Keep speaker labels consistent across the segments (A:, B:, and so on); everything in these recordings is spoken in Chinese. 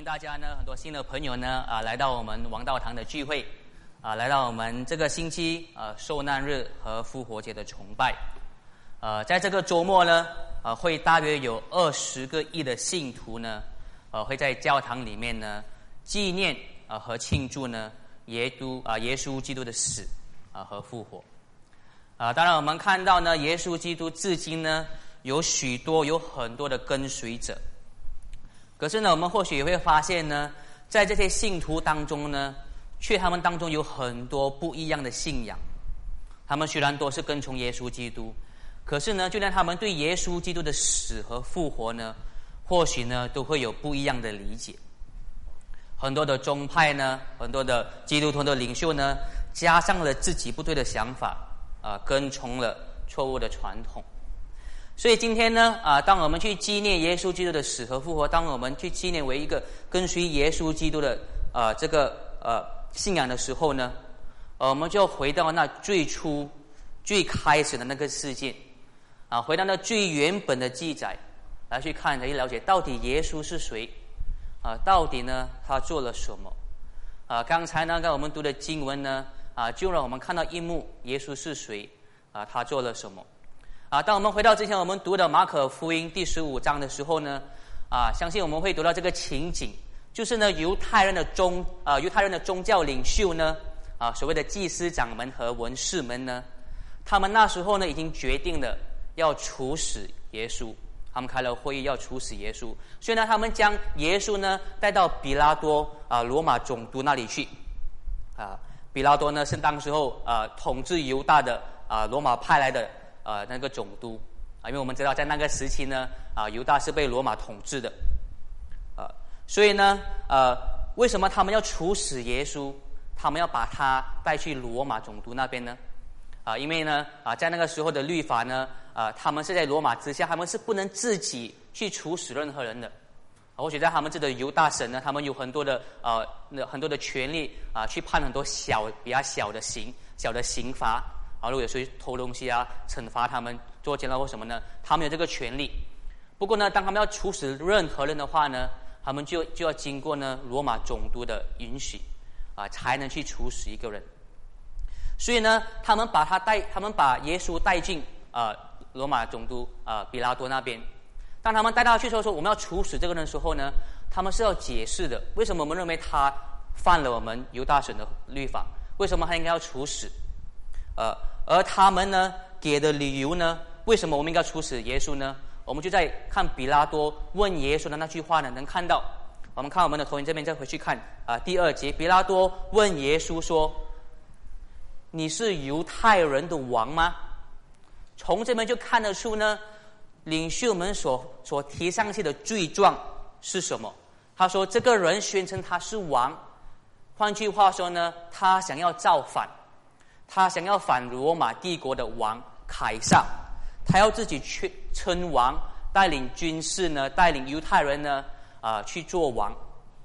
A: 迎大家呢，很多新的朋友呢来到我们王道堂的聚会来到我们这个星期受难日和复活节的崇拜。在这个周末呢会大约有20个亿的信徒呢会在教堂里面呢纪念和庆祝呢耶稣基督的死和复活。当然我们看到呢耶稣基督至今呢有很多的跟随者。可是呢我们或许也会发现呢在这些信徒当中呢他们当中有很多不一样的信仰。他们虽然都是跟从耶稣基督，可是呢就连他们对耶稣基督的死和复活呢或许呢都会有不一样的理解。很多的宗派呢，很多的基督徒的领袖呢加上了自己不对的想法跟从了错误的传统。所以今天呢当我们去纪念耶稣基督的死和复活，当我们去纪念为一个跟随耶稣基督的这个信仰的时候呢我们就回到那最初最开始的那个事件回到那最原本的记载来去看，来去了解到底耶稣是谁到底呢他做了什么刚才呢我们读的经文呢就让我们看到一幕，耶稣是谁他做了什么当我们回到之前我们读的马可福音第15章的时候呢相信我们会读到这个情景，就是呢犹太人的宗教领袖呢所谓的祭司长们和文士们呢，他们那时候呢已经决定了要处死耶稣。他们开了会议要处死耶稣，所以呢他们将耶稣呢带到比拉多罗马总督那里去比拉多呢是当时候统治犹大的罗马派来的那个总督因为我们知道在那个时期呢犹大是被罗马统治的所以呢为什么他们要处死耶稣，他们要把他带去罗马总督那边呢因为呢在那个时候的律法呢他们是在罗马之下，他们是不能自己去处死任何人的或许在他们这的犹大省呢，他们有很多的权利去判很多比较小的刑罚如果有谁偷东西惩罚他们做监牢或什么呢，他们有这个权利。不过呢当他们要处死任何人的话呢，他们就要经过呢罗马总督的允许才能去处死一个人。所以呢他们把耶稣带进罗马总督比拉多那边。当他们带他去说我们要处死这个人的时候呢，他们是要解释的，为什么我们认为他犯了我们犹大省的律法，为什么他应该要处死而他们呢给的理由呢，为什么我们应该处死耶稣呢？我们就在看比拉多问耶稣的那句话呢能看到。我们看我们的投影这边再回去看第2节，比拉多问耶稣说，你是犹太人的王吗？从这边就看得出呢领袖们所提上去的罪状是什么。他说这个人宣称他是王，换句话说呢他想要造反，他想要反罗马帝国的王凯撒，他要自己去称王，带领军事呢，带领犹太人呢去做王。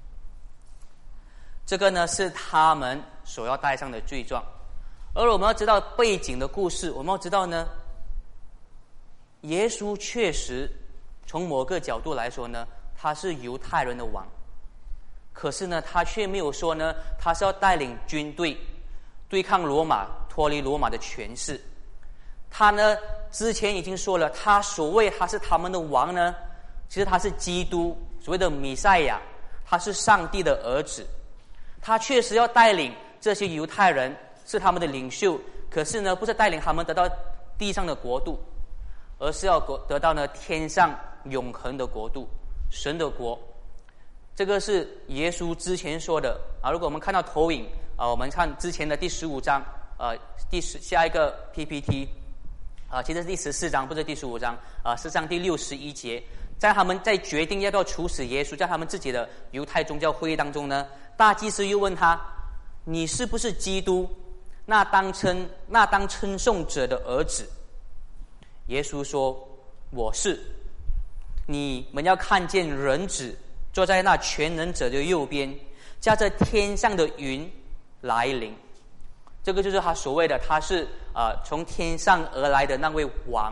A: 这个呢是他们所要带上的罪状。而我们要知道背景的故事，我们要知道呢耶稣确实从某个角度来说呢他是犹太人的王，可是呢他却没有说呢他是要带领军队对抗罗马，脱离罗马的权势。他呢之前已经说了，他是他们的王呢，其实他是基督，所谓的弥赛亚，他是上帝的儿子。他确实要带领这些犹太人，是他们的领袖，可是呢不是带领他们得到地上的国度，而是要得到呢天上永恒的国度，神的国。这个是耶稣之前说的如果我们看到投影我们看之前的第15章下一个 PPT其实是第14章，不是第15章是上第61节。在他们在决定要不要处死耶稣，在他们自己的犹太宗教会议当中呢，大祭司又问他，你是不是基督，那当称颂者的儿子？耶稣说，我是。你们要看见人子坐在那全能者的右边，驾着天上的云来临。这个就是他所谓的他是从天上而来的那位王。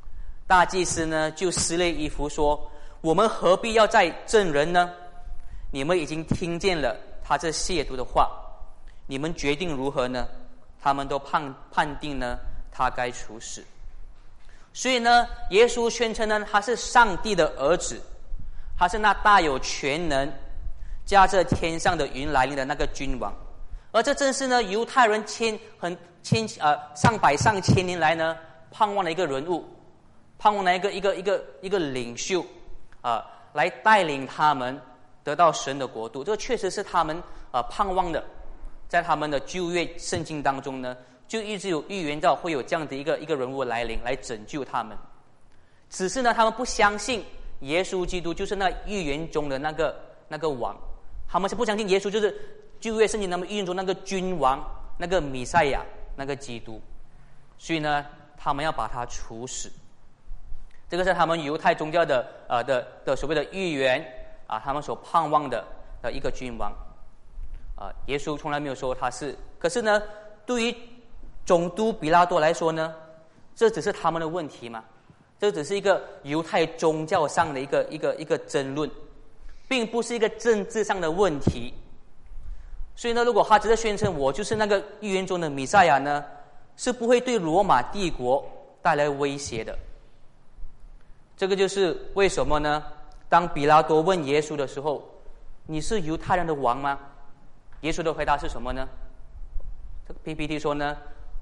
A: 大祭司呢就撕裂衣服说，我们何必要再证人呢？ 你们已经听见了他这亵渎的话，你们决定如何呢？他们都判定呢，他该处死。所以呢，耶稣宣称呢，他是上帝的儿子，他是那大有全能、驾着天上的云来临的那个君王。而这正是呢，犹太人上百上千年来呢，盼望的一个人物，盼望的一个领袖来带领他们得到神的国度。这确实是他们盼望的，在他们的旧约圣经当中呢，就一直有预言到会有这样的一个人物来临，来拯救他们。只是呢，他们不相信耶稣基督就是那预言中的那个王，他们是不相信耶稣就是旧约圣经他们预言中那个君王、那个弥赛亚、那个基督，所以呢，他们要把他处死。这个是他们犹太宗教的所谓的预言他们所盼望的一个君王耶稣从来没有说他是。可是呢，对于总督比拉多来说呢，这只是他们的问题嘛，这只是一个犹太宗教上的一个争论，并不是一个政治上的问题。所以呢，如果他只是宣称我就是那个预言中的弥赛亚呢，是不会对罗马帝国带来威胁的。这个就是为什么呢，当比拉多问耶稣的时候，你是犹太人的王吗？耶稣的回答是什么呢？这个 PPT 说呢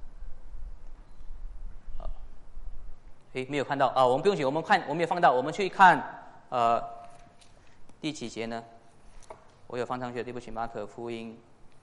A: 没有看到我们不用写，我们没有放到，我们去看第几节呢？我有放上去，对不起，马可福音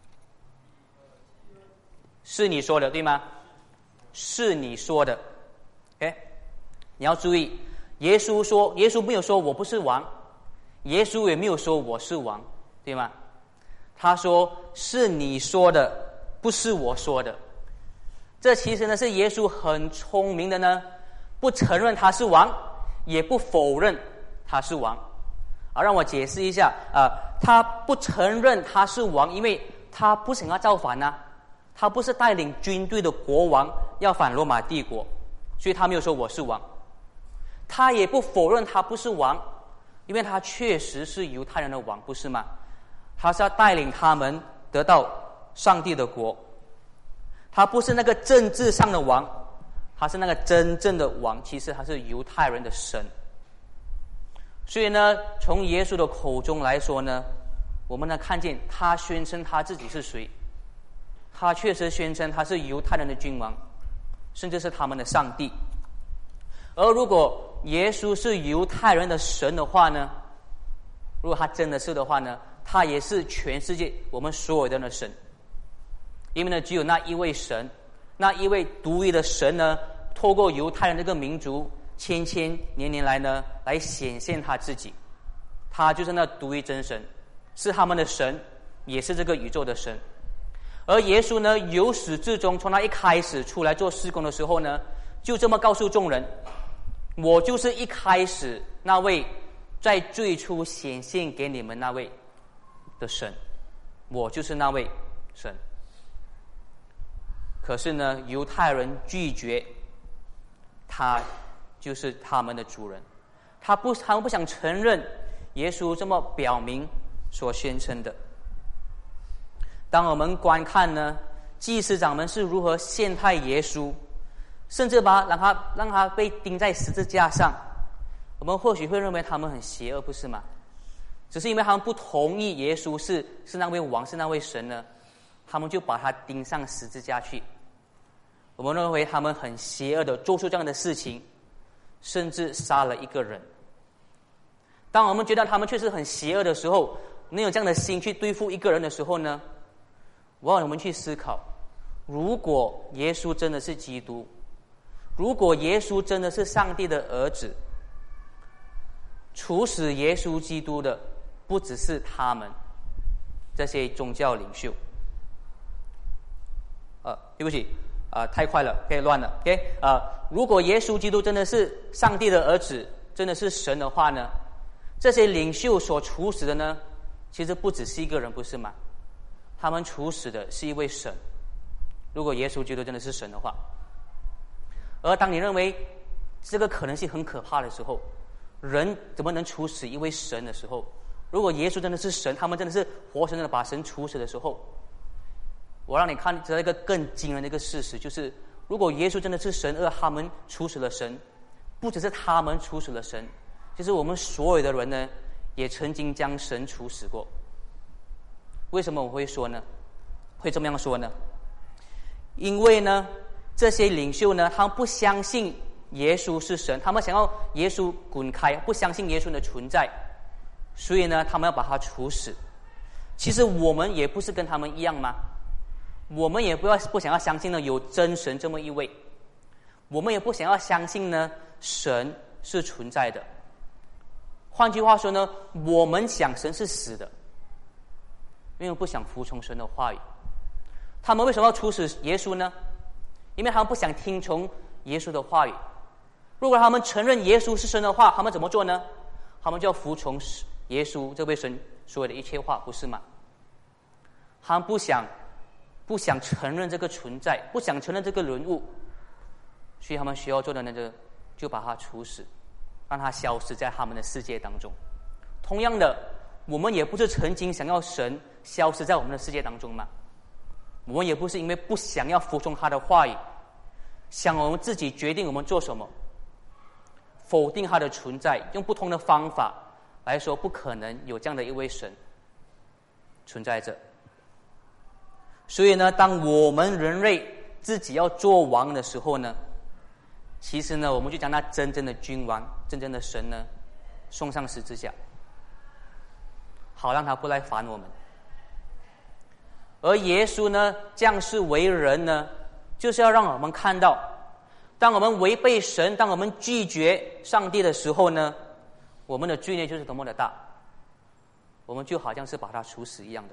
A: 是你说的对吗？是你说的。OK， 你要注意，耶稣没有说我不是王，耶稣也没有说我是王，对吗？他说是你说的，不是我说的。这其实呢是耶稣很聪明的呢，不承认他是王，也不否认他是王。让我解释一下他不承认他是王，因为他不想要造反他不是带领军队的国王要反罗马帝国，所以他没有说我是王。他也不否认他不是王，因为他确实是犹太人的王，不是吗？他是要带领他们得到上帝的国。他不是那个政治上的王，他是那个真正的王，其实他是犹太人的神。所以呢，从耶稣的口中来说呢，我们能看见他宣称他自己是谁。他确实宣称他是犹太人的君王，甚至是他们的上帝。而如果耶稣是犹太人的神的话呢，如果他真的是的话呢，他也是全世界我们所有人的神。因为呢，只有那一位神，那一位独一的神呢，透过犹太人这个民族千年来呢，来显现他自己。他就是那独一真神，是他们的神，也是这个宇宙的神。而耶稣呢，由始至终，从他一开始出来做事工的时候呢，就这么告诉众人，我就是一开始那位在最初显现给你们那位的神，我就是那位神。可是呢，犹太人拒绝他就是他们的主人，他们不想承认耶稣这么表明所宣称的。当我们观看呢，祭司长们是如何陷害耶稣，甚至让他被钉在十字架上，我们或许会认为他们很邪恶，不是吗？只是因为他们不同意耶稣是那位王，是那位神呢，他们就把他钉上十字架去。我们认为他们很邪恶的做出这样的事情，甚至杀了一个人。当我们觉得他们确实很邪恶的时候，没有这样的心去对付一个人的时候呢，我要我们去思考，如果耶稣真的是基督，如果耶稣真的是上帝的儿子，处死耶稣基督的不只是他们这些宗教领袖。对不起，太快了，可以乱了。OK， 如果耶稣基督真的是上帝的儿子，真的是神的话呢，这些领袖所处死的呢，其实不只是一个人，不是吗？他们处死的是一位神。如果耶稣基督真的是神的话，而当你认为这个可能性很可怕的时候，人怎么能处死一位神的时候， 如果耶稣真的是神，他们真的是活生生的把神处死的时候，我让你看知道一个更惊人的一个事实，就是如果耶稣真的是神，而他们处死了神，不只是他们处死了神，就是我们所有的人呢，也曾经将神处死过。为什么我会说呢？会这么样说呢？因为呢，这些领袖呢，他们不相信耶稣是神，他们想要耶稣滚开，不相信耶稣的存在，所以呢，他们要把他处死。其实我们也不是跟他们一样吗？我们也不想要相信呢有真神这么一位，我们也不想要相信呢神是存在的。换句话说呢，我们想神是死的，因为不想服从神的话语。他们为什么要处死耶稣呢？因为他们不想听从耶稣的话语。如果他们承认耶稣是神的话，他们怎么做呢？他们就要服从耶稣这位神所有的一切话，不是吗？他们不想承认这个存在，不想承认这个人物，所以他们需要做的那个，就把他处死，让他消失在他们的世界当中。同样的，我们也不是曾经想要神消失在我们的世界当中吗？我们也不是因为不想要服从他的话语，想我们自己决定我们做什么，否定他的存在，用不同的方法来说不可能有这样的一位神存在着。所以呢，当我们人类自己要做王的时候呢，其实呢，我们就将那真正的君王、真正的神呢，送上十字架，好让他不来烦我们。而耶稣呢，降世为人呢，就是要让我们看到，当我们违背神，当我们拒绝上帝的时候呢，我们的罪孽就是多么的大，我们就好像是把他处死一样的。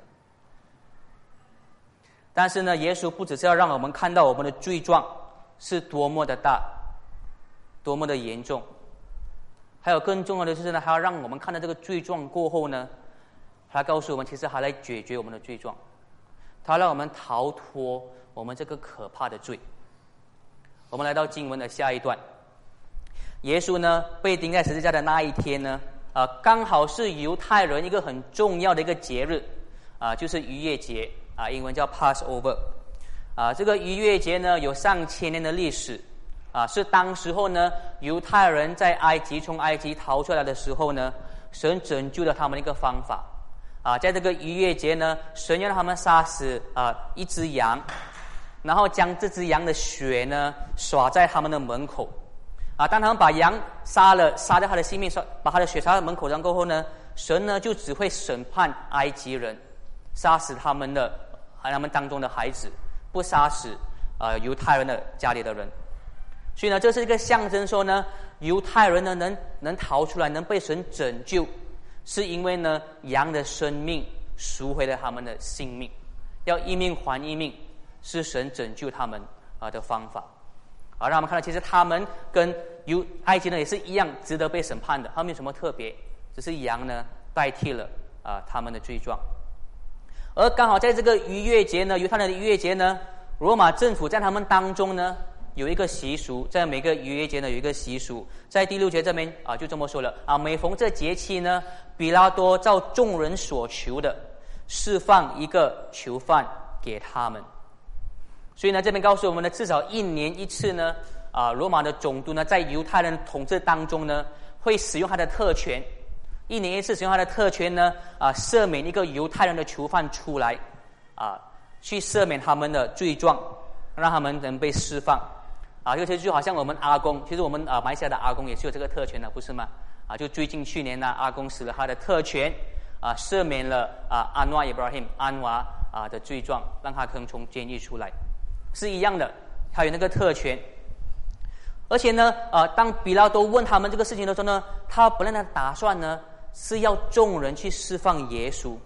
A: 但是呢，耶稣不只是要让我们看到我们的罪状是多么的大，多么的严重，还有更重要的就是呢，还要让我们看到这个罪状过后呢，他告诉我们，其实还来解决我们的罪状，他让我们逃脱我们这个可怕的罪。我们来到经文的下一段，耶稣呢被钉在十字架的那一天呢，刚好是犹太人一个很重要的一个节日，就是逾越节，英文叫 Passover。这个逾越节呢有上千年的历史，是当时候呢犹太人在从埃及逃出来的时候呢，神拯救了他们的一个方法。在这个逾越节呢，神要让他们杀死一只羊，然后将这只羊的血呢洒在他们的门口。当他们把羊杀掉他的性命，把他的血洒在门口上过后呢，神呢就只会审判埃及人，杀死他们当中的孩子，不杀死犹太人的家里的人。所以呢，这是一个象征说呢，犹太人呢能逃出来，能被神拯救，是因为呢羊的生命赎回了他们的性命，要一命还一命，是神拯救他们的方法。让他们看到，其实他们跟埃及人也是一样值得被审判的，他们没有什么特别，只是羊呢代替了他们的罪状。而刚好在这个逾越节呢，犹太人的逾越节呢，罗马政府在他们当中呢有一个习俗，在每个逾越节呢有一个习俗，在第6节这边就这么说了每逢这节期呢，比拉多照众人所求的释放一个囚犯给他们。所以呢，这边告诉我们呢，至少1年1次呢，罗马的总督呢，在犹太人统治当中呢，会使用他的特权，1年1次使用他的特权呢，赦免一个犹太人的囚犯出来，去赦免他们的罪状，让他们能被释放。这个就好像我们阿公，其实我们马来西亚的阿公也是有这个特权的，不是吗？就最近去年呢，阿公使了他的特权，赦免了安瓦 Ibrahim 安娃的罪状，让他可以从监狱出来，是一样的，他有那个特权。而且呢，当比拉多问他们这个事情的时候呢，他本来的打算呢是要众人去释放耶稣。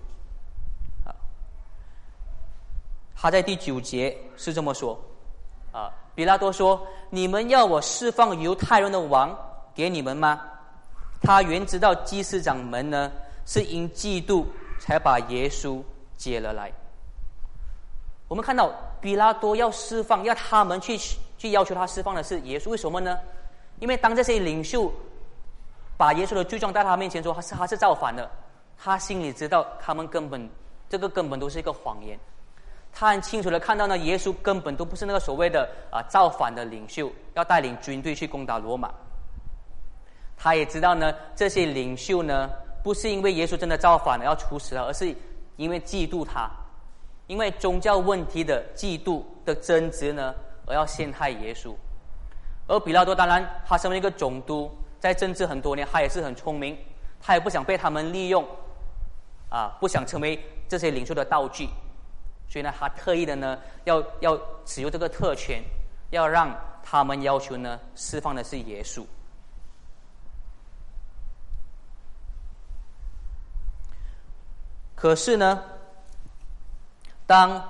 A: 他在第9节是这么说，比拉多说：“你们要我释放犹太人的王给你们吗？”他原知道祭司长们呢是因嫉妒才把耶稣接了来。我们看到比拉多要释放，要他们去要求他释放的是耶稣，为什么呢？因为当这些领袖把耶稣的罪状带到他面前说他是造反的， 他心里知道他们根本都是一个谎言。他很清楚的看到呢，耶稣根本都不是那个所谓的造反的领袖，要带领军队去攻打罗马。他也知道呢，这些领袖呢，不是因为耶稣真的造反了要处死他，而是因为嫉妒他，因为宗教问题的嫉妒的争执呢，而要陷害耶稣。而比拉多当然他身为一个总督，在政治很多年，他也是很聪明，他也不想被他们利用，不想成为这些领袖的道具，所以呢，他特意的呢，要使用这个特权，要让他们要求呢，释放的是耶稣。可是呢，当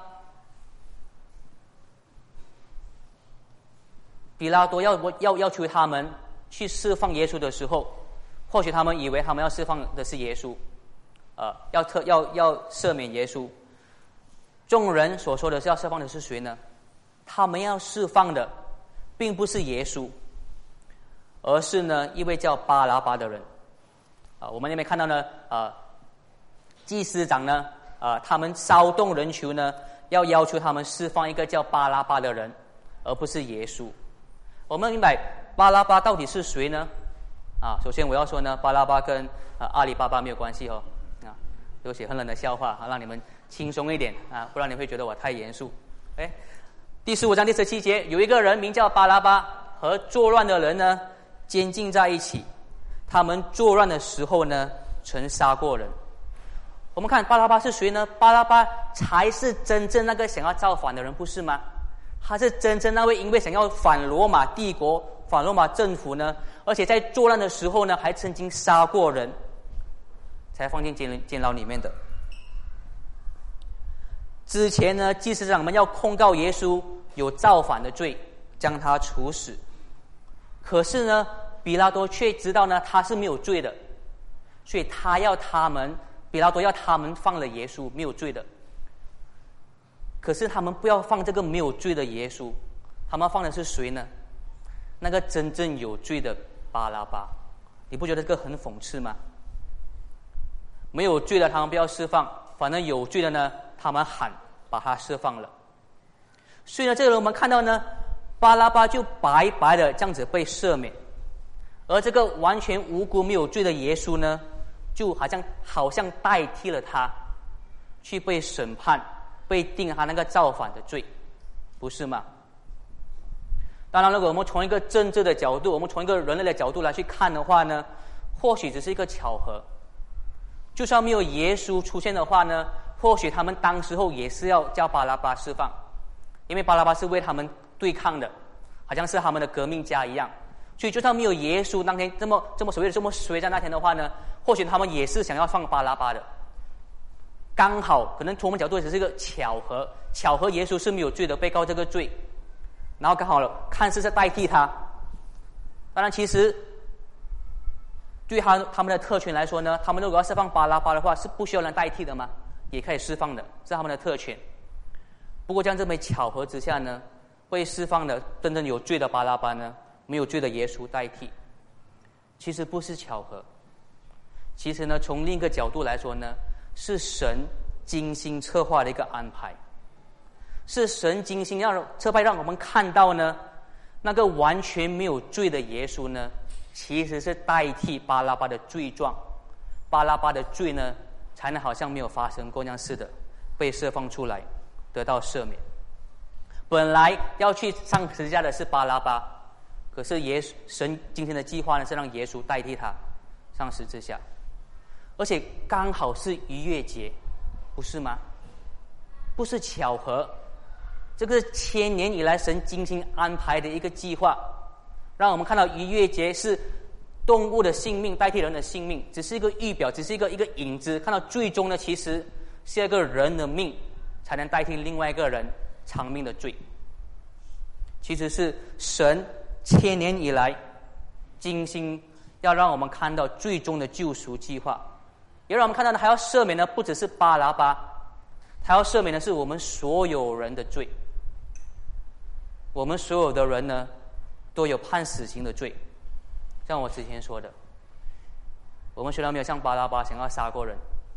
A: 比拉多要求他们去释放耶稣的时候，或许他们以为他们要释放的是耶稣，要赦免耶稣。众人所说的是要释放的是谁呢？他们要释放的并不是耶稣，而是呢一位叫巴拉巴的人。我们那边看到呢，祭司长呢，他们骚动人群呢，要求他们释放一个叫巴拉巴的人，而不是耶稣。我们明白巴拉巴到底是谁呢？首先我要说呢，巴拉巴跟阿里巴巴没有关系哦。有些很冷的笑话，让你们轻松一点不然你会觉得我太严肃。第15章第17节，有一个人名叫巴拉巴，和作乱的人呢监禁在一起。他们作乱的时候呢，曾杀过人。我们看巴拉巴是谁呢？巴拉巴才是真正那个想要造反的人，不是吗？他是真正那位因为想要反罗马帝国、反罗马政府呢，而且在作乱的时候呢，还曾经杀过人，才放进监牢里面的。之前呢，祭司长们要控告耶稣有造反的罪，将他处死。可是呢，比拉多却知道呢，他是没有罪的，所以比拉多要他们放了耶稣，没有罪的。可是他们不要放这个没有罪的耶稣，他们放的是谁呢？那个真正有罪的巴拉巴。你不觉得这个很讽刺吗？没有罪的他们不要释放，反正有罪的呢，他们喊把他释放了。所以呢，这个我们看到呢，巴拉巴就白白的这样子被赦免，而这个完全无辜没有罪的耶稣呢，就好像代替了他去被审判，被定他那个造反的罪，不是吗？当然，如果我们从一个政治的角度，我们从一个人类的角度来去看的话呢，或许只是一个巧合。就算没有耶稣出现的话呢，或许他们当时候也是要叫巴拉巴释放，因为巴拉巴是为他们对抗的，好像是他们的革命家一样。所以就算没有耶稣当天这么所谓的这么衰在那天的话呢，或许他们也是想要放巴拉巴的。刚好可能从我们角度只是一个巧合耶稣是没有罪的，被告这个罪，然后刚好看似是代替他。当然其实对他们的特权来说呢，他们如果要释放巴拉巴的话，是不需要人代替的吗？也可以释放的，是他们的特权。不过这样这么巧合之下呢，被释放的真正有罪的巴拉巴呢，没有罪的耶稣代替，其实不是巧合。其实呢，从另一个角度来说呢，是神精心策划的一个安排，是神精心策划让我们看到呢，那个完全没有罪的耶稣呢，其实是代替巴拉巴的罪状，巴拉巴的罪呢，才能好像没有发生过那样似的，被释放出来，得到赦免。本来要去上十字架的是巴拉巴，可是神今天的计划呢，是让耶稣代替他上十字架，而且刚好是逾越节，不是吗？不是巧合，这个是千年以来神精心安排的一个计划，让我们看到逾越节是动物的性命代替人的性命，只是一个预表，只是一个影子。看到最终呢，其实是一个人的命才能代替另外一个人偿命的罪。其实是神千年以来精心要让我们看到最终的救赎计划，也让我们看到呢，还要赦免的不只是巴拉巴，他要赦免的是我们所有人的罪。我们所有的人呢，都有判死刑的罪。像我之前说的，我们虽然没有像巴拉巴想要杀过人，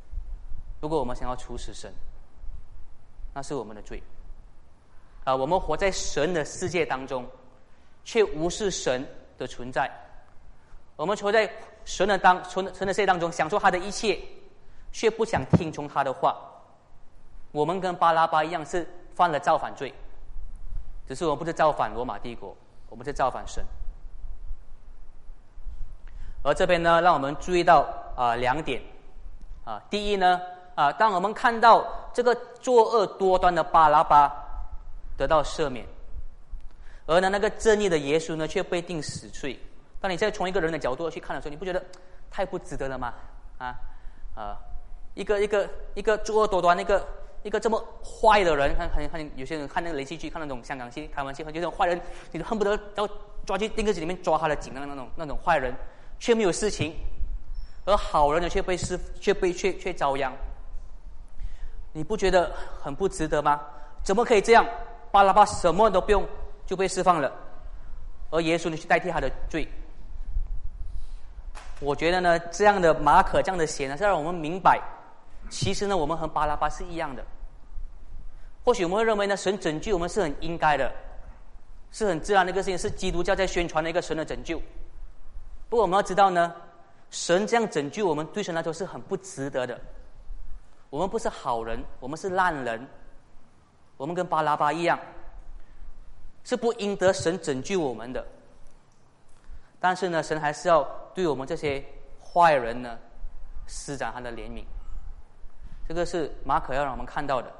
A: 如果我们想要处死神，那是我们的罪。我们活在神的世界当中，却无视神的存在。我们活在神的世界当中，享受他的一切，却不想听从他的话。我们跟巴拉巴一样，是犯了造反罪，只是我们不是造反罗马帝国，我们是造反神。而这边呢，让我们注意到2点。第一呢，当我们看到这个作恶多端的巴拉巴得到赦免，而呢那个正义的耶稣呢却被定死罪。当你再从一个人的角度去看的时候，你不觉得太不值得了吗？一个作恶多端，一个这么坏的人，看有些人看那个连续剧，看那种香港戏、台湾戏，就这种坏人，你恨不得要抓去钉子里面抓他的颈的那种坏人，却没有事情，而好人呢却遭殃。你不觉得很不值得吗？怎么可以这样？巴拉巴什么都不用就被释放了，而耶稣呢去代替他的罪。我觉得呢，这样的马可这样的写呢，是让我们明白，其实呢，我们和巴拉巴是一样的。或许我们会认为呢，神拯救我们是很应该的，是很自然的一个事情，是基督教在宣传的一个神的拯救。不过我们要知道呢，神这样拯救我们，对神来说是很不值得的。我们不是好人，我们是烂人，我们跟巴拉巴一样，是不应得神拯救我们的。但是呢，神还是要对我们这些坏人呢施展他的怜悯。这个是马可要让我们看到的。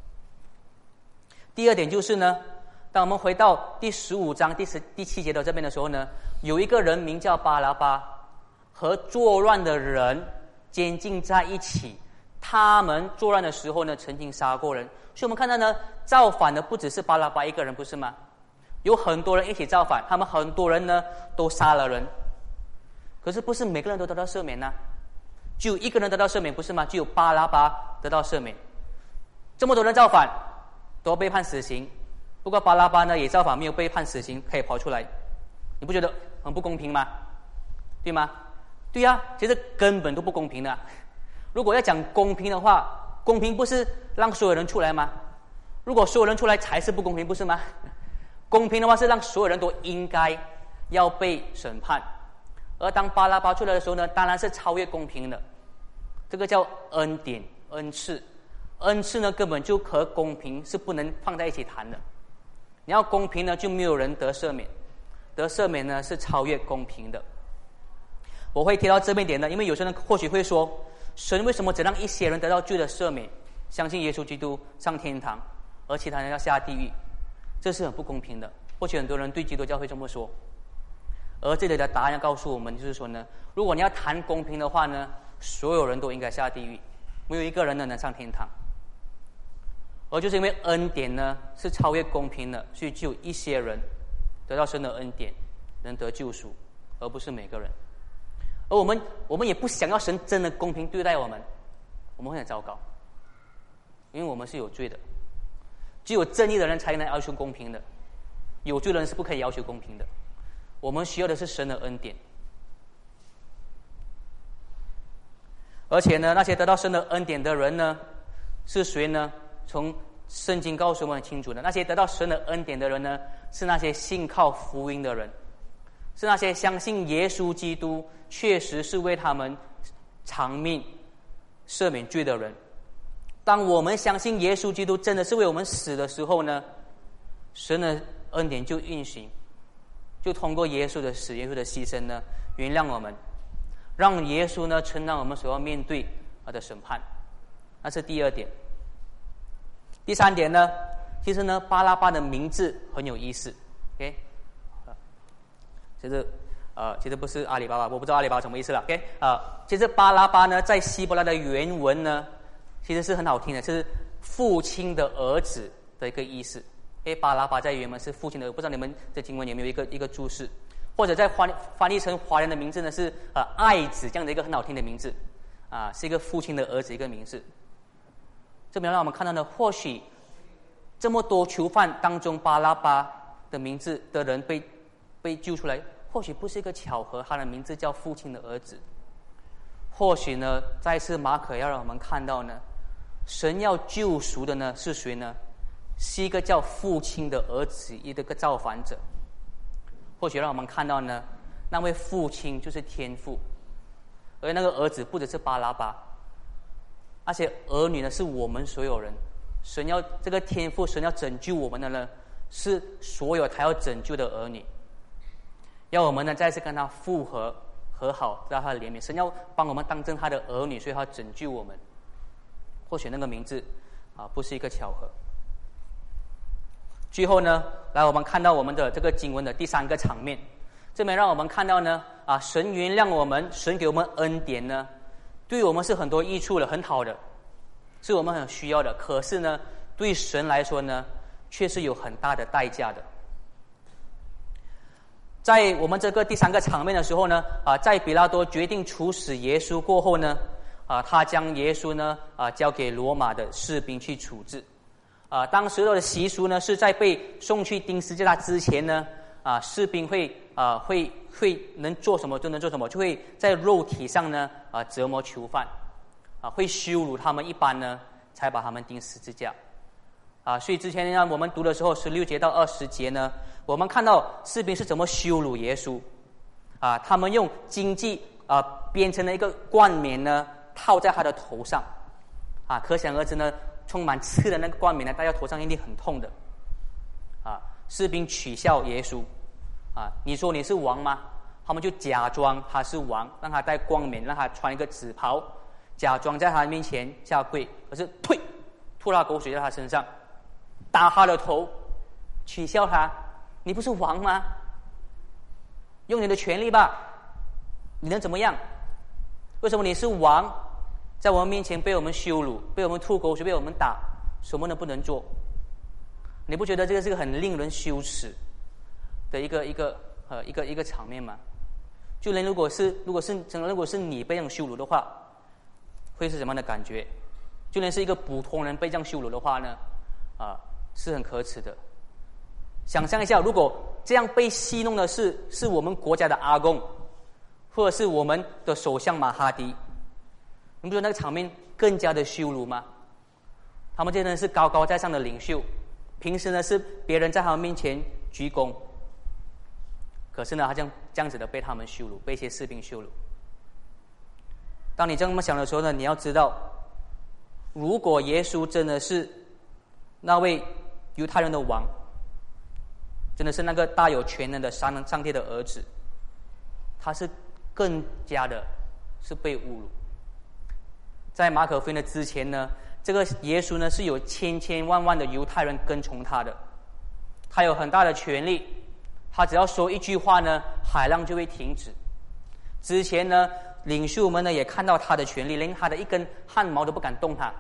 A: 第二点就是呢，当我们回到第15章第7节的这边的时候呢，有一个人名叫巴拉巴，和作乱的人监禁在一起。他们作乱的时候呢，曾经杀过人。所以我们看到呢，造反的不只是巴拉巴一个人，不是吗？有很多人一起造反，他们很多人呢都杀了人。可是不是每个人都得到赦免呢？只有一个人得到赦免，不是吗？只有巴拉巴得到赦免。这么多人造反都被判死刑，不过巴拉巴呢也造反，没有被判死刑，可以跑出来。你不觉得很不公平吗？对吗？对呀，其实根本都不公平的。如果要讲公平的话，公平不是让所有人出来吗？如果所有人出来才是不公平，不是吗？公平的话是让所有人都应该要被审判。而当巴拉巴出来的时候呢，当然是超越公平的。这个叫恩典、恩赐。恩赐呢，根本就和公平是不能放在一起谈的。你要公平呢，就没有人得赦免。得赦免呢，是超越公平的。我会提到这边点呢，因为有些人或许会说，神为什么只让一些人得到罪的赦免，相信耶稣基督上天堂，而其他人要下地狱？这是很不公平的。或许很多人对基督教会这么说。而这里的答案要告诉我们，就是说呢，如果你要谈公平的话呢，所有人都应该下地狱，没有一个人能上天堂。而就是因为恩典呢是超越公平的，所以只有一些人得到神的恩典，能得救赎，而不是每个人。而我们也不想要神真的公平对待我们，我们会很糟糕，因为我们是有罪的。只有正义的人才能要求公平的，有罪的人是不可以要求公平的。我们需要的是神的恩典。而且呢，那些得到神的恩典的人呢，是谁呢？从圣经告诉我们很清楚的，那些得到神的恩典的人呢，是那些信靠福音的人，是那些相信耶稣基督确实是为他们偿命赦免罪的人。当我们相信耶稣基督真的是为我们死的时候呢，神的恩典就运行，就通过耶稣的死、耶稣的牺牲呢，原谅我们，让耶稣呢承担我们所要面对的审判。那是第二点。第三点呢，其实呢，巴拉巴的名字很有意思。OK， 其实不是阿里巴巴，我不知道阿里巴巴什么意思了。OK， 其实巴拉巴呢，在希伯来的原文呢，其实是很好听的，是父亲的儿子的一个意思。巴拉巴在原文是父亲的，不知道你们的经文有没有一个注释，或者在翻译成华人的名字呢是爱子这样的一个很好听的名字，是一个父亲的儿子一个名字。这边让我们看到呢，或许这么多囚犯当中，巴拉巴的名字的人被救出来，或许不是一个巧合，他的名字叫父亲的儿子。或许呢，再次马可要让我们看到呢， 神要救赎的呢是谁呢？是一个叫父亲的儿子，一个造反者。或许让我们看到呢，那位父亲就是天父，而那个儿子不只是巴拉巴，而且儿女呢是我们所有人。神要这个天父，神要拯救我们的呢，是所有他要拯救的儿女，要我们呢再次跟他复合和好，让他的怜悯。神要帮我们当成他的儿女，所以他要拯救我们。或许那个名字不是一个巧合。最后呢，来我们看到我们的这个经文的第3个场面，这边让我们看到呢神原谅我们，神给我们恩典呢，对我们是很多益处的，很好的，是我们很需要的。可是呢，对神来说呢，却是有很大的代价的。在我们这个第3个场面的时候呢，在比拉多决定处死耶稣过后呢，他将耶稣呢交给罗马的士兵去处置。当时的习俗呢，是在被送去钉十字架之前呢，士兵会能做什么就能做什么，就会在肉体上呢折磨囚犯，会羞辱他们，一般呢才把他们钉十字架。所以之前呢我们读的时候16节到20节呢，我们看到士兵是怎么羞辱耶稣。他们用荆棘编成了一个冠冕呢，套在他的头上。可想而知呢，充满刺的那个冠冕呢，戴在头上一定很痛的。士兵取笑耶稣。你说你是王吗？他们就假装他是王，让他戴冠冕，让他穿一个紫袍，假装在他面前下跪，可是吐他口水在他身上，打他的头，取笑他。你不是王吗？用你的权利吧，你能怎么样？为什么你是王，在我们面前被我们羞辱，被我们吐口水，被我们打，什么都不能做？你不觉得这个是个很令人羞耻的一个场面吗？就连如果是你被这样羞辱的话，会是什么样的感觉？就连是一个普通人被这样羞辱的话呢，是很可耻的。想象一下，如果这样被戏弄的是我们国家的阿公，或者是我们的首相马哈迪，你不觉得那个场面更加的羞辱吗？他们这些人是高高在上的领袖，平时呢是别人在他们面前鞠躬，可是呢他这样子的被他们羞辱，被一些士兵羞辱。当你这么想的时候呢，你要知道，如果耶稣真的是那位犹太人的王，真的是那个大有权能的上帝的儿子，他是更加的是被侮辱。在马可福音的之前呢，这个耶稣呢是有千千万万的犹太人跟从他的，他有很大的权力，他只要说一句话呢，海浪就会停止。之前呢，领袖们呢也看到他的权力，连他的一根汗毛都不敢动他。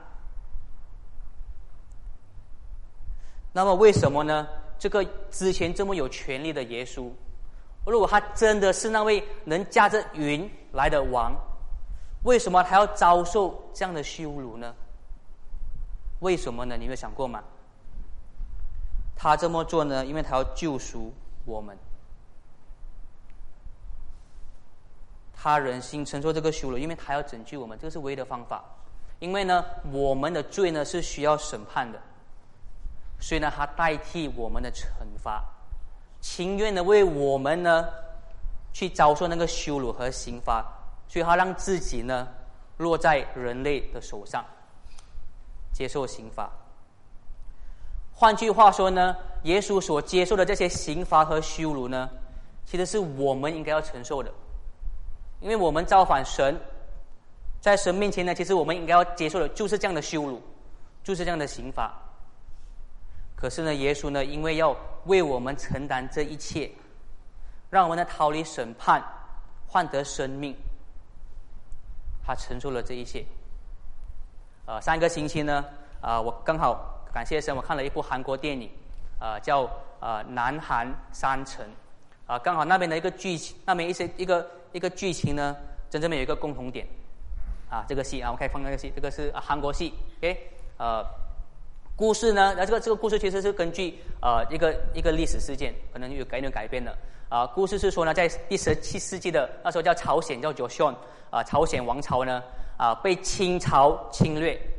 A: 那么为什么呢？这个之前这么有权力的耶稣，如果他真的是那位能驾着云来的王，为什么他要遭受这样的羞辱呢？为什么呢？你有没有想过吗？他这么做呢，因为他要救赎我们。他忍心承受这个羞辱，因为他要拯救我们，这个是唯一的方法。因为呢，我们的罪呢是需要审判的，所以呢，他代替我们的惩罚，情愿的为我们呢去遭受那个羞辱和刑罚，所以他让自己呢落在人类的手上，接受刑罚。换句话说呢，耶稣所接受的这些刑罚和羞辱呢，其实是我们应该要承受的，因为我们造反神，在神面前呢，其实我们应该要接受的就是这样的羞辱，就是这样的刑罚。可是呢，耶稣呢，因为要为我们承担这一切，让我们呢逃离审判，换得生命，他承受了这一切。上个星期呢，我刚好感谢神，我看了一部韩国电影，叫南韩山城。刚好那边的一个剧情，那边一个剧情呢，真正有一个共同点。这个戏我可以放那个戏，这个是韩国戏 ，OK， 故事呢，这个故事其实是根据一个历史事件，可能有改编的。故事是说呢，在第17世纪的那时候叫朝鲜，叫 Joseon， 朝鲜王朝呢被清朝侵略，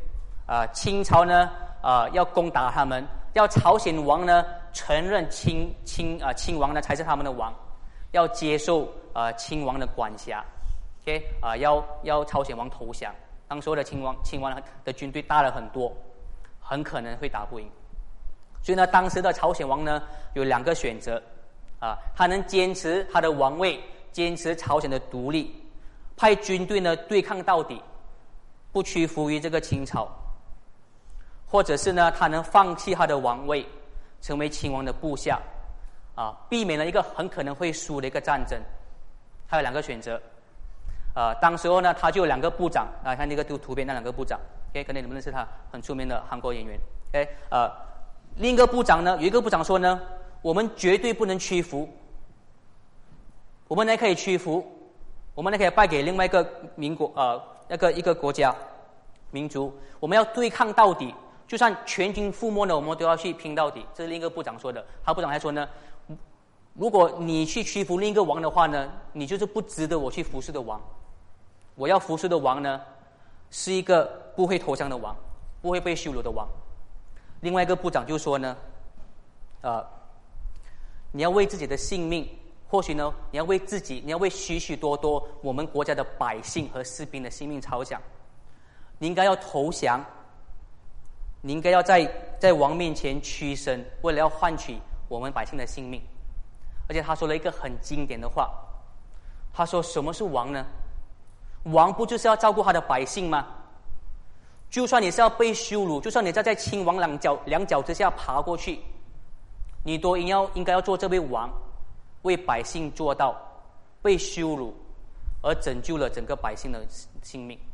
A: 清朝呢要攻打他们，要朝鲜王呢承认清王呢才是他们的王，要接受清王的管辖。OK 要朝鲜王投降。当时候的清王的军队大了很多，很可能会打不赢。所以呢，当时的朝鲜王呢有2个选择他能坚持他的王位，坚持朝鲜的独立，派军队呢对抗到底，不屈服于这个清朝，或者是呢他能放弃他的王位，成为清王的部下避免了一个很可能会输的一个战争。他有2个选择当时候呢他就有2个部长看那个图片，那2个部长 OK 可能你们认识他，很出名的韩国演员 OK 另一个部长呢，有一个部长说呢，我们绝对不能屈服，我们呢可以屈服，我们呢可以败给另外一个民国一个国家民族，我们要对抗到底，就算全军覆没呢，我们都要去拼到底。这是另一个部长说的。他部长还说呢，如果你去屈服另一个王的话呢，你就是不值得我去服侍的王。我要服侍的王呢，是一个不会投降的王，不会被羞辱的王。另外一个部长就说呢你要为自己的性命，或许呢你要为自己，你要为许许多多我们国家的百姓和士兵的性命着想，你应该要投降，你应该要在王面前屈身，为了要换取我们百姓的性命。而且他说了一个很经典的话，他说什么是王呢？王不就是要照顾他的百姓吗？就算你是要被羞辱，就算你在清王两脚之下爬过去，你都应该要做这位王，为百姓做到被羞辱而拯救了整个百姓的性命。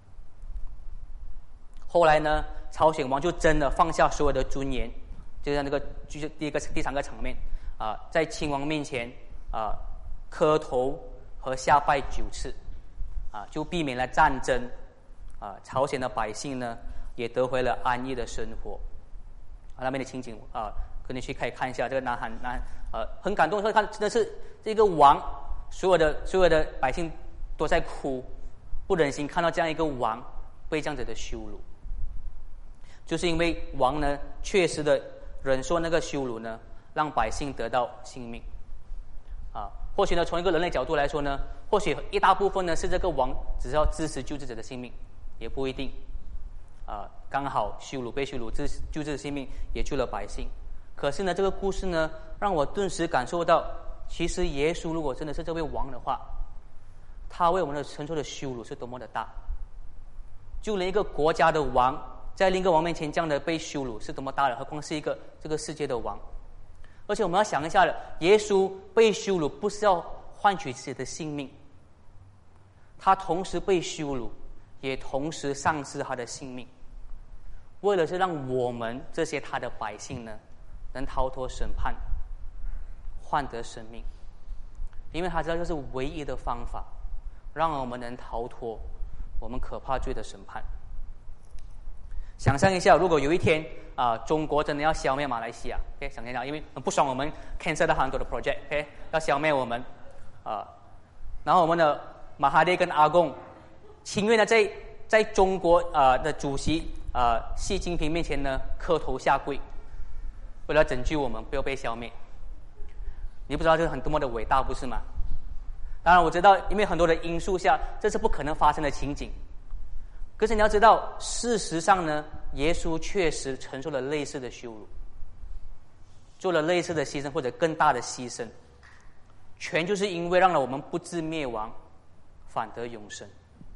A: 后来呢，朝鲜王就真的放下所有的尊严，就像就是第3个场面在清王面前磕头和下拜9次就避免了战争朝鲜的百姓呢也得回了安逸的生活那边的情景可以去可以看一下，这个南韩很感动，看真的是这个王，所有的百姓都在哭，不忍心看到这样一个王被这样子的羞辱，就是因为王呢确实的忍受那个羞辱呢，让百姓得到性命或许呢从一个人类角度来说呢，或许一大部分呢是这个王只是要支持救自己的性命，也不一定刚好被羞辱救自己的性命也救了百姓。可是呢这个故事呢让我顿时感受到，其实耶稣如果真的是这位王的话，他为我们的承受的羞辱是多么的大，就连一个国家的王在另一个王面前这样的被羞辱是多么大的，何况是一个这个世界的王。而且我们要想一下了，耶稣被羞辱不是要换取自己的性命，他同时被羞辱也同时丧失他的性命，为了是让我们这些他的百姓呢能逃脱审判，换得生命。因为他知道这是唯一的方法，让我们能逃脱我们可怕罪的审判。想象一下，如果有一天中国真的要消灭马来西亚 ，OK， 想象一下，因为很不爽我们 cancel 了很多的 project，OK， 要消灭我们然后我们的马哈蒂跟阿贡情愿的在中国的主席习近平面前呢磕头下跪，为了拯救我们不要被消灭。你不知道这是很多么的伟大，不是吗？当然我知道因为很多的因素下这是不可能发生的情景，可是你要知道事实上呢，耶稣确实承受了类似的羞辱，做了类似的牺牲或者更大的牺牲，全就是因为让了我们不致灭亡，反得永生。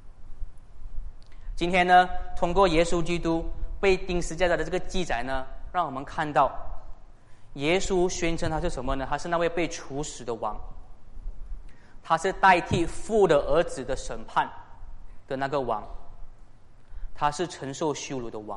A: 今天呢，通过耶稣基督被钉十字架的这个记载呢，让我们看到耶稣宣称他是什么呢？他是那位被处死的王，他是代替父的儿子的审判的那个王，他是承受羞辱的王。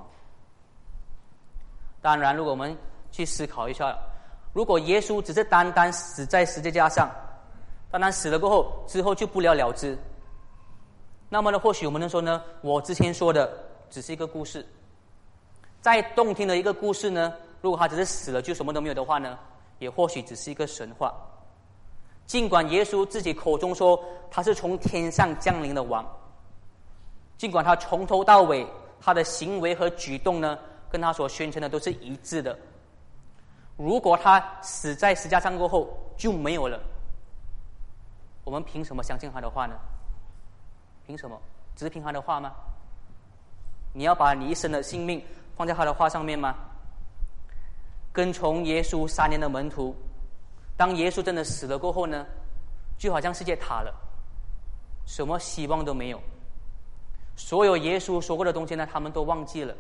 A: 当然如果我们去思考一下，如果耶稣只是单单死在十字架上，单单死了过后之后就不了了之，那么呢或许我们能说呢，我之前说的只是一个故事。再动听的一个故事呢，如果他只是死了就什么都没有的话呢，也或许只是一个神话。尽管耶稣自己口中说他是从天上降临的王，尽管他从头到尾他的行为和举动呢，跟他所宣称的都是一致的。如果他死在十字架上过后就没有了，我们凭什么相信他的话呢？凭什么？只是凭他的话吗？你要把你一生的性命放在他的话上面吗？跟从耶稣3年的门徒，当耶稣真的死了过后呢，就好像世界塌了，什么希望都没有。所有耶稣说过的东西呢，他们都忘记了。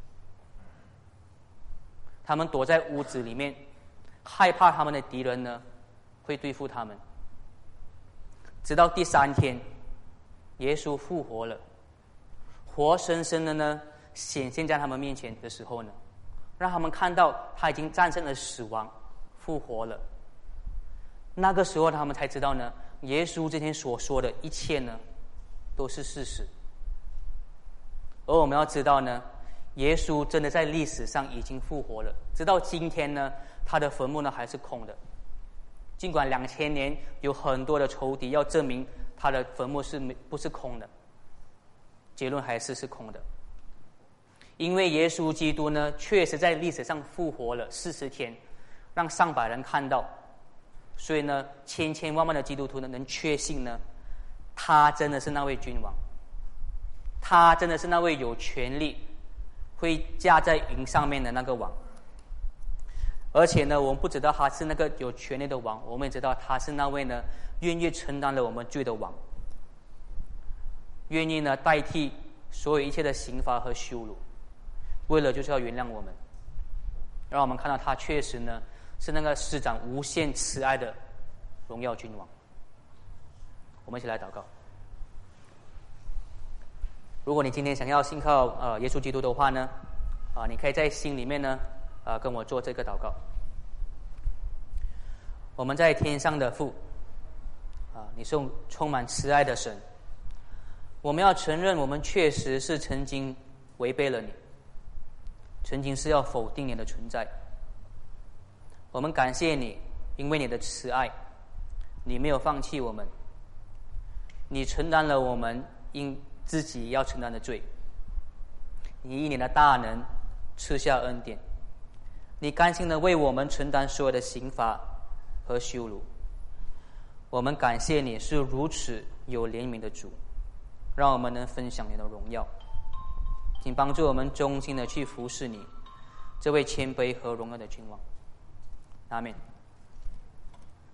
A: 他们躲在屋子里面，害怕他们的敌人呢会对付他们。直到第3天，耶稣复活了，活生生的呢显现在他们面前的时候呢，让他们看到他已经战胜了死亡，复活了。那个时候他们才知道呢，耶稣之前所说的一切呢都是事实。而我们要知道呢，耶稣真的在历史上已经复活了，直到今天呢，他的坟墓呢还是空的。尽管2000年有很多的仇敌要证明他的坟墓不是空的，结论还是空的。因为耶稣基督呢，确实在历史上复活了40天，让上百人看到，所以呢，千千万万的基督徒呢能确信呢，他真的是那位君王，他真的是那位有权力会驾在云上面的那个王。而且呢，我们不知道他是那个有权力的王，我们也知道他是那位呢愿意承担了我们罪的王，愿意呢代替所有一切的刑罚和羞辱，为了就是要原谅我们，让我们看到他确实呢是那个施展无限慈爱的荣耀君王。我们一起来祷告。如果你今天想要信靠耶稣基督的话呢，你可以在心里面呢跟我做这个祷告。我们在天上的父，你是充满慈爱的神，我们要承认我们确实是曾经违背了你，曾经是要否定你的存在。我们感谢你，因为你的慈爱，你没有放弃我们，你承担了我们因自己要承担的罪，你以你的大能赐下恩典，你甘心的为我们承担所有的刑罚和羞辱。我们感谢你是如此有怜悯的主，让我们能分享你的荣耀。请帮助我们忠心的去服侍你，这位谦卑和荣耀的君王。阿们。